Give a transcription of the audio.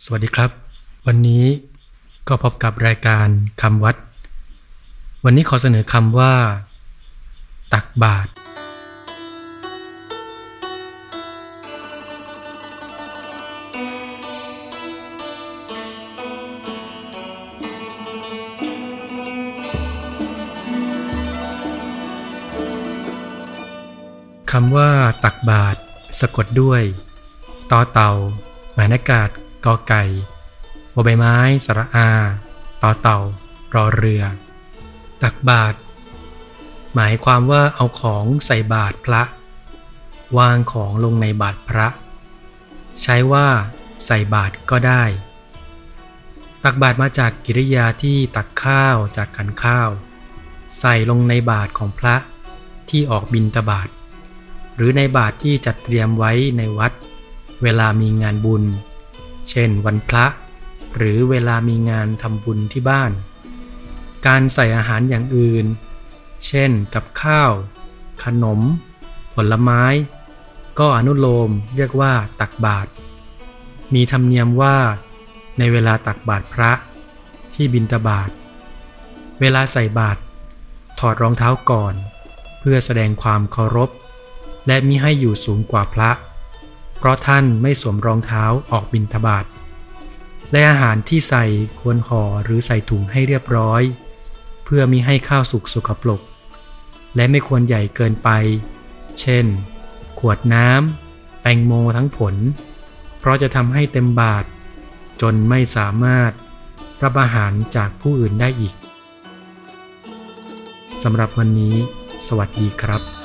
สวัสดีครับวันนี้ก็พบกับรายการคำวัดวันนี้ขอเสนอคำว่าตักบาตรคำว่าตักบาตรสะกดด้วยตอเต่าหมายเลขกอไก่บอใบไม้สระอาต่อเต่ารอเรือตักบาตรหมายความว่าเอาของใส่บาตรพระวางของลงในบาตรพระใช้ว่าใส่บาตรก็ได้ตักบาตรมาจากกิริยาที่ตักข้าวจากขันข้าวใส่ลงในบาตรของพระที่ออกบิณฑบาตหรือในบาตรที่จัดเตรียมไว้ในวัดเวลามีงานบุญเช่นวันพระหรือเวลามีงานทำบุญที่บ้านการใส่อาหารอย่างอื่นเช่นกับข้าวขนมผลไม้ก็อนุโลมเรียกว่าตักบาตรมีธรรมเนียมว่าในเวลาตักบาตรพระที่บิณฑบาตเวลาใส่บาตรถอดรองเท้าก่อนเพื่อแสดงความเคารพและมิให้อยู่สูงกว่าพระเพราะท่านไม่สวมรองเท้าออกบิณฑบาตและอาหารที่ใส่ควรห่อหรือใส่ถุงให้เรียบร้อยเพื่อมิให้ข้าวสุกสกปรกและไม่ควรใหญ่เกินไปเช่นขวดน้ำแตงโมทั้งผลเพราะจะทำให้เต็มบาตรจนไม่สามารถรับอาหารจากผู้อื่นได้อีกสำหรับวันนี้สวัสดีครับ